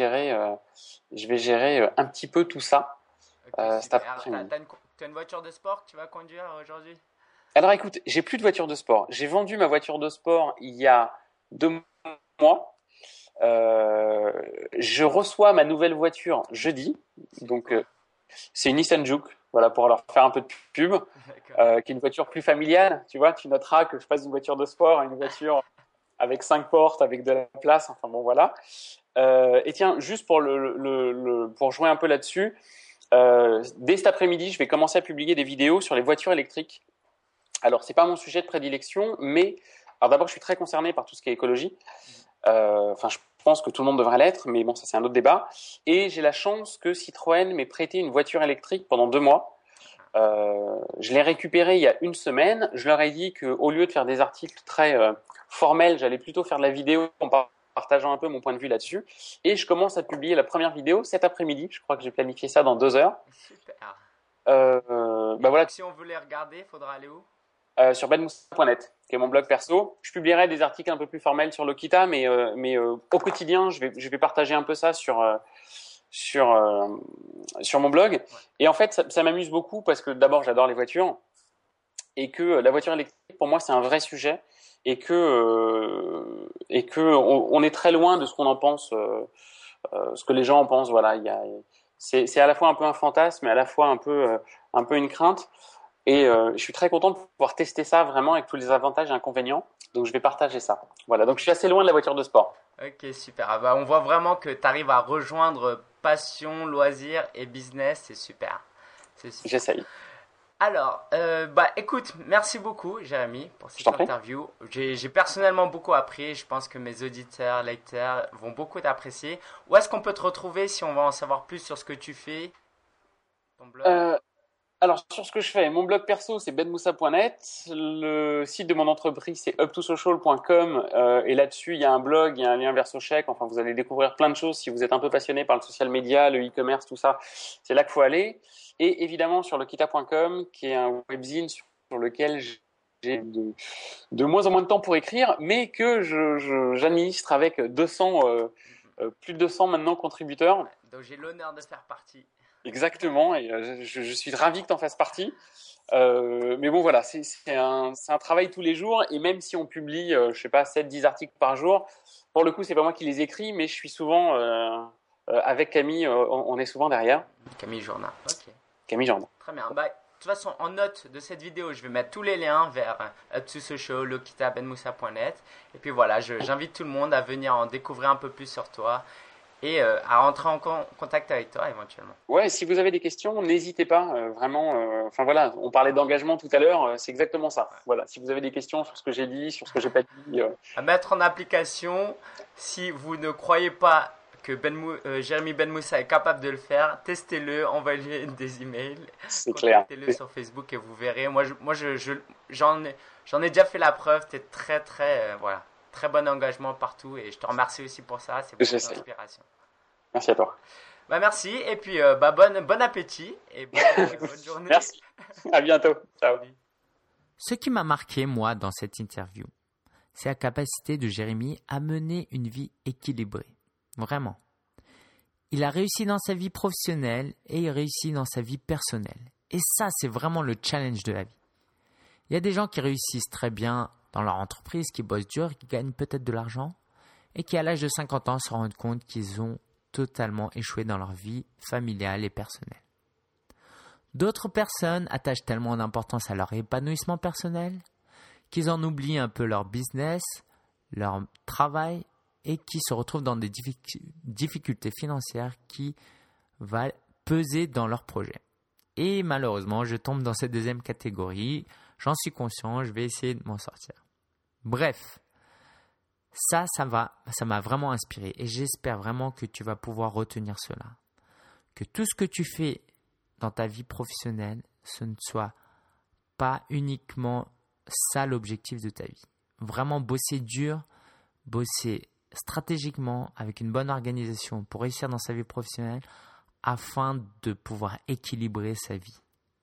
je vais gérer un petit peu tout ça Ok, cet super. après-midi. T'as une voiture de sport que tu vas conduire aujourd'hui? Alors écoute, j'ai plus de voiture de sport. J'ai vendu ma voiture de sport il y a 2 mois. Euh, je reçois ma nouvelle voiture jeudi, C'est donc quoi? c'est une Nissan Juke. Voilà pour leur faire un peu de pub, D'accord. qui est une voiture plus familiale. Tu vois, tu noteras que je passe d'une voiture de sport à une voiture avec 5 portes, avec de la place. Enfin bon, voilà. Et tiens, juste pour pour jouer un peu là-dessus, dès cet après-midi, je vais commencer à publier des vidéos sur les voitures électriques. Alors, c'est pas mon sujet de prédilection, mais alors d'abord, je suis très concerné par tout ce qui est écologie. Enfin, je pense que tout le monde devrait l'être, mais bon, ça c'est un autre débat. Et j'ai la chance que Citroën m'ait prêté une voiture électrique pendant 2 mois. Je l'ai récupérée il y a une semaine. Je leur ai dit qu'au lieu de faire des articles très formels, j'allais plutôt faire de la vidéo en partageant un peu mon point de vue là-dessus. Et je commence à publier la première vidéo cet après-midi. Je crois que j'ai planifié ça dans 2 heures. Super. Bah voilà, Donc si on veut les regarder, il faudra aller où? sur benmoussa.net, qui est mon blog perso. Je publierai des articles un peu plus formels sur Lokita, mais au quotidien, je vais partager un peu ça sur, euh, sur mon blog. Ouais. Et en fait, ça m'amuse beaucoup parce que d'abord, j'adore les voitures et que la voiture électrique, pour moi, c'est un vrai sujet et que on est très loin de ce qu'on en pense, ce que les gens en pensent. Voilà, c'est à la fois un peu un fantasme, mais à la fois un peu une crainte. Et je suis très content de pouvoir tester ça vraiment avec tous les avantages et inconvénients. Donc je vais partager ça. Voilà, donc je suis assez loin de la voiture de sport. Ok, super. Ah bah, on voit vraiment que tu arrives à rejoindre passion, loisir et business. C'est super. C'est super. J'essaye. Alors, bah écoute, merci beaucoup Jérémy pour Je cette t'en prie. interview. J'ai personnellement beaucoup appris. Je pense que mes auditeurs, lecteurs vont beaucoup t'apprécier. Où est-ce qu'on peut te retrouver si on va en savoir plus sur ce que tu fais, ton blog? Euh, alors sur ce que je fais, mon blog perso c'est benmoussa.net, le site de mon entreprise c'est up2social.com et là-dessus il y a un blog, il y a un lien vers Sochec, enfin vous allez découvrir plein de choses si vous êtes un peu passionné par le social media, le e-commerce, tout ça, c'est là qu'il faut aller. Et évidemment sur lekita.com qui est un webzine sur lequel j'ai de moins en moins de temps pour écrire, mais que j'administre avec 200, plus de 200 maintenant contributeurs. Ouais, donc j'ai l'honneur de faire partie. Exactement, et je suis ravi que tu en fasses partie. Mais bon, voilà, c'est un travail tous les jours, et même si on publie, je sais pas, 7 10 articles par jour, pour le coup, c'est pas moi qui les écris, mais je suis souvent, avec Camille, on est souvent derrière. Camille Jourdain. Ok. Camille Jordan. Très bien. Bah, de toute façon, en note de cette vidéo, je vais mettre tous les liens vers Up2Social, Lokita, benmoussa.net. Et puis voilà, j'invite tout le monde à venir en découvrir un peu plus sur toi et à rentrer en contact avec toi éventuellement. Ouais, si vous avez des questions, n'hésitez pas, vraiment. Enfin voilà, on parlait d'engagement tout à l'heure, c'est exactement ça. Voilà, si vous avez des questions sur ce que j'ai dit, sur ce que j'ai pas dit, À mettre en application si vous ne croyez pas que Jérémy Ben Moussa est capable de le faire. Testez-le, envoyez des emails, C'est clair. contactez-le sur Facebook et vous verrez. J'en ai déjà fait la preuve. T'es très, très, voilà, très bon engagement partout et je te remercie aussi pour ça. C'est beaucoup d'inspiration. Merci à toi. Bah merci et puis bon appétit et bonne journée. Merci. À bientôt. Ciao. Ce qui m'a marqué moi dans cette interview, c'est la capacité de Jérémy à mener une vie équilibrée. Vraiment. Il a réussi dans sa vie professionnelle et il réussit dans sa vie personnelle. Et ça, c'est vraiment le challenge de la vie. Il y a des gens qui réussissent très bien dans leur entreprise, qui bossent dur, qui gagnent peut-être de l'argent et qui, à l'âge de 50 ans, se rendent compte qu'ils ont totalement échoué dans leur vie familiale et personnelle. D'autres personnes attachent tellement d'importance à leur épanouissement personnel qu'ils en oublient un peu leur business, leur travail et qui se retrouvent dans des difficultés financières qui vont peser dans leur projet. Et malheureusement, je tombe dans cette deuxième catégorie. J'en suis conscient, je vais essayer de m'en sortir. Bref, ça m'a vraiment inspiré et j'espère vraiment que tu vas pouvoir retenir cela. Que tout ce que tu fais dans ta vie professionnelle, ce ne soit pas uniquement ça l'objectif de ta vie. Vraiment bosser dur, bosser stratégiquement avec une bonne organisation pour réussir dans sa vie professionnelle afin de pouvoir équilibrer sa vie.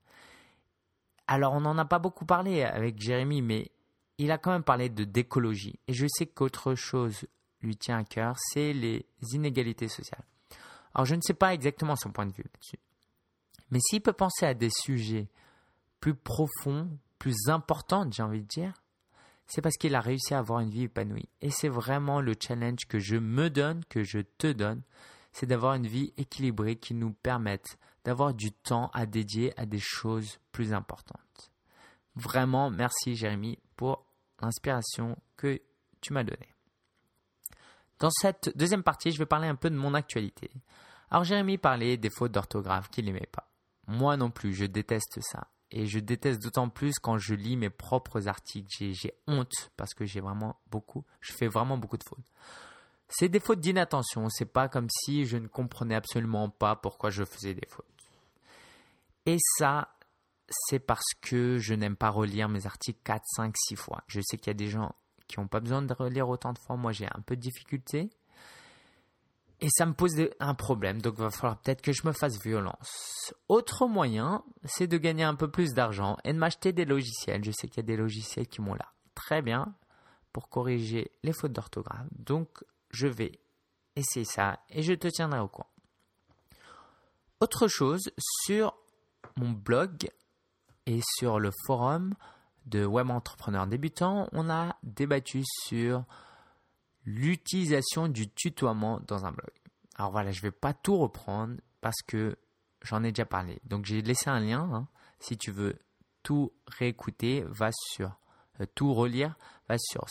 Alors on n'en a pas beaucoup parlé avec Jérémy, mais il a quand même parlé d'écologie. Et je sais qu'autre chose lui tient à cœur, c'est les inégalités sociales. Alors je ne sais pas exactement son point de vue là-dessus. Mais s'il peut penser à des sujets plus profonds, plus importants, j'ai envie de dire, c'est parce qu'il a réussi à avoir une vie épanouie. Et c'est vraiment le challenge que je me donne, que je te donne, c'est d'avoir une vie équilibrée qui nous permette d'avoir du temps à dédier à des choses plus importantes. Vraiment, merci Jérémy pour l'inspiration que tu m'as donnée. Dans cette deuxième partie, je vais parler un peu de mon actualité. Alors Jérémy parlait des fautes d'orthographe qu'il n'aimait pas. Moi non plus, je déteste ça. Et je déteste d'autant plus quand je lis mes propres articles. J'ai honte parce que je fais vraiment beaucoup de fautes. C'est des fautes d'inattention. C'est pas comme si je ne comprenais absolument pas pourquoi je faisais des fautes. Et ça, c'est parce que je n'aime pas relire mes articles 4, 5, 6 fois. Je sais qu'il y a des gens qui n'ont pas besoin de relire autant de fois. Moi, j'ai un peu de difficulté. Et ça me pose un problème, donc il va falloir peut-être que je me fasse violence. Autre moyen, c'est de gagner un peu plus d'argent et de m'acheter des logiciels. Je sais qu'il y a des logiciels qui m'ont là très bien pour corriger les fautes d'orthographe. Donc, je vais essayer ça et je te tiendrai au courant. Autre chose, sur mon blog et sur le forum de Web Entrepreneurs Débutants, on a débattu sur l'utilisation du tutoiement dans un blog. Alors voilà, je ne vais pas tout reprendre parce que j'en ai déjà parlé. Donc j'ai laissé un lien. Si tu veux tout réécouter, tout relire, va sur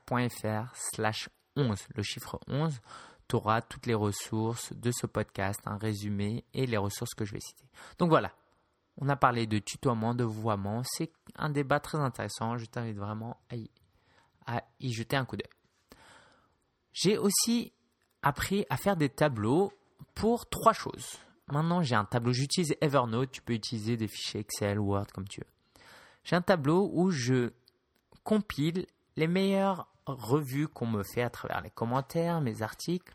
sia.fr/11, le chiffre 11. Tu auras toutes les ressources de ce podcast, un résumé et les ressources que je vais citer. Donc voilà, on a parlé de tutoiement, de vouvoiement. C'est un débat très intéressant. Je t'invite vraiment à y jeter un coup d'œil. J'ai aussi appris à faire des tableaux pour 3 choses. Maintenant, j'ai un tableau. J'utilise Evernote. Tu peux utiliser des fichiers Excel, Word, comme tu veux. J'ai un tableau où je compile les meilleures revues qu'on me fait à travers les commentaires, mes articles,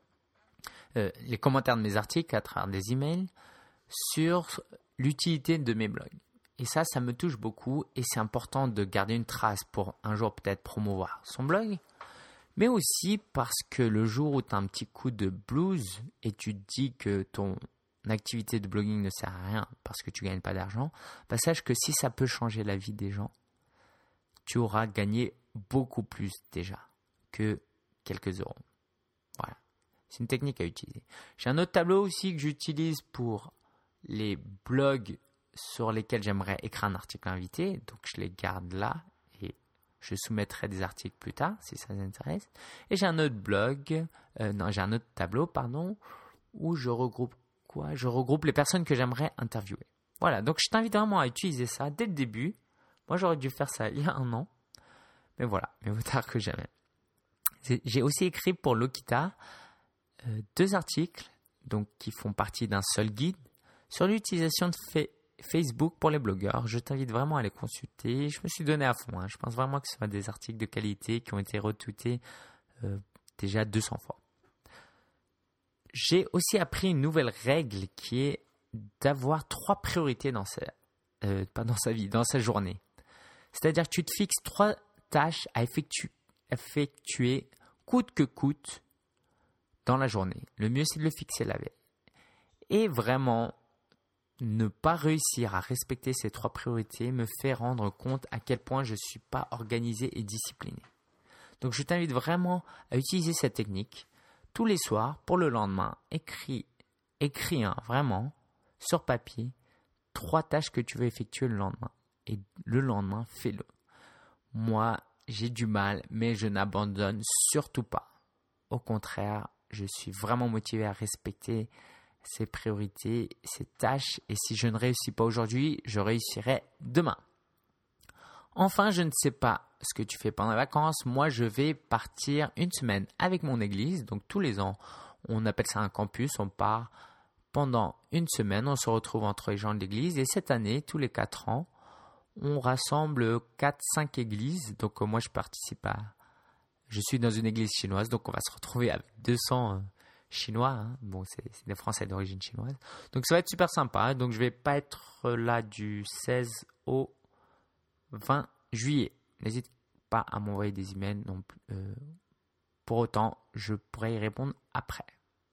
les commentaires de mes articles à travers des emails sur l'utilité de mes blogs. Et ça me touche beaucoup et c'est important de garder une trace pour un jour peut-être promouvoir son blog. Mais aussi parce que le jour où tu as un petit coup de blues et tu te dis que ton activité de blogging ne sert à rien parce que tu ne gagnes pas d'argent, sache que si ça peut changer la vie des gens, tu auras gagné beaucoup plus déjà que quelques euros. Voilà, c'est une technique à utiliser. J'ai un autre tableau aussi que j'utilise pour les blogs sur lesquels j'aimerais écrire un article invité, donc je les garde là. Je soumettrai des articles plus tard si ça vous intéresse. Et j'ai un autre j'ai un autre tableau, où je regroupe quoi ? Je regroupe les personnes que j'aimerais interviewer. Voilà, donc je t'invite vraiment à utiliser ça dès le début. Moi, j'aurais dû faire ça il y a 1 an. Mais voilà, mieux vaut tard que jamais. J'ai aussi écrit pour Lokita 2 articles donc, qui font partie d'un seul guide sur l'utilisation de Facebook pour les blogueurs. Je t'invite vraiment à les consulter. Je me suis donné à fond. Je pense vraiment que ce sont des articles de qualité qui ont été retweetés déjà 200 fois. J'ai aussi appris une nouvelle règle qui est d'avoir 3 priorités dans sa journée. C'est-à-dire que tu te fixes 3 tâches à effectuer coûte que coûte dans la journée. Le mieux, c'est de le fixer la veille. Et vraiment, ne pas réussir à respecter ces 3 priorités me fait rendre compte à quel point je ne suis pas organisé et discipliné. Donc, je t'invite vraiment à utiliser cette technique. Tous les soirs, pour le lendemain, écris vraiment sur papier 3 tâches que tu veux effectuer le lendemain. Et le lendemain, fais-le. Moi, j'ai du mal, mais je n'abandonne surtout pas. Au contraire, je suis vraiment motivé à respecter ces priorités, ces tâches. Et si je ne réussis pas aujourd'hui, je réussirai demain. Enfin, je ne sais pas ce que tu fais pendant les vacances. Moi, je vais partir une semaine avec mon église. Donc, tous les ans, on appelle ça un campus. On part pendant une semaine. On se retrouve entre les gens de l'église. Et cette année, tous les 4 ans, on rassemble 4-5 églises. Donc, moi, je suis dans une église chinoise. Donc, on va se retrouver avec 200 Chinois. Bon, c'est des Français d'origine chinoise. Donc, ça va être super sympa. Donc, je ne vais pas être là du 16 au 20 juillet. N'hésite pas à m'envoyer des emails. Pour autant, je pourrai y répondre après.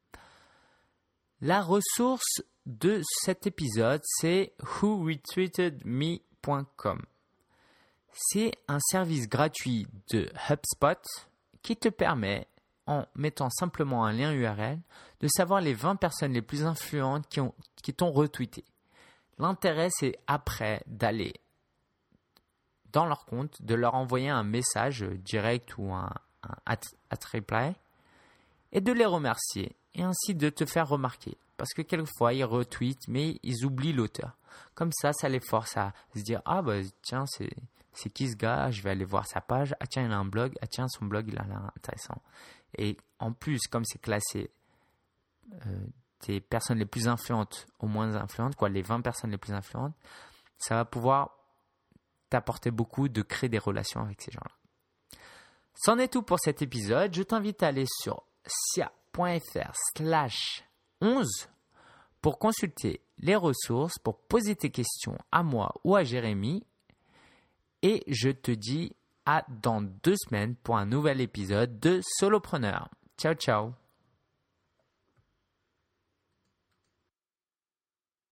La ressource de cet épisode, c'est whoretweetedme.com. C'est un service gratuit de HubSpot qui te permet, en mettant simplement un lien URL, de savoir les 20 personnes les plus influentes qui t'ont retweeté. L'intérêt, c'est après d'aller dans leur compte, de leur envoyer un message direct ou un @reply et de les remercier et ainsi de te faire remarquer. Parce que quelquefois, ils retweetent, mais ils oublient l'auteur. Comme ça les force à se dire « Ah bah tiens, c'est qui ce gars ? Je vais aller voir sa page. Ah tiens, il a un blog. Ah tiens, son blog, il a l'air intéressant. » Et en plus, comme c'est classé des personnes les plus influentes aux moins influentes, les 20 personnes les plus influentes, ça va pouvoir t'apporter beaucoup de créer des relations avec ces gens-là. C'en est tout pour cet épisode. Je t'invite à aller sur sia.fr/11 pour consulter les ressources, pour poser tes questions à moi ou à Jérémy. Et je te dis à dans 2 semaines pour un nouvel épisode de Solopreneur. Ciao, ciao.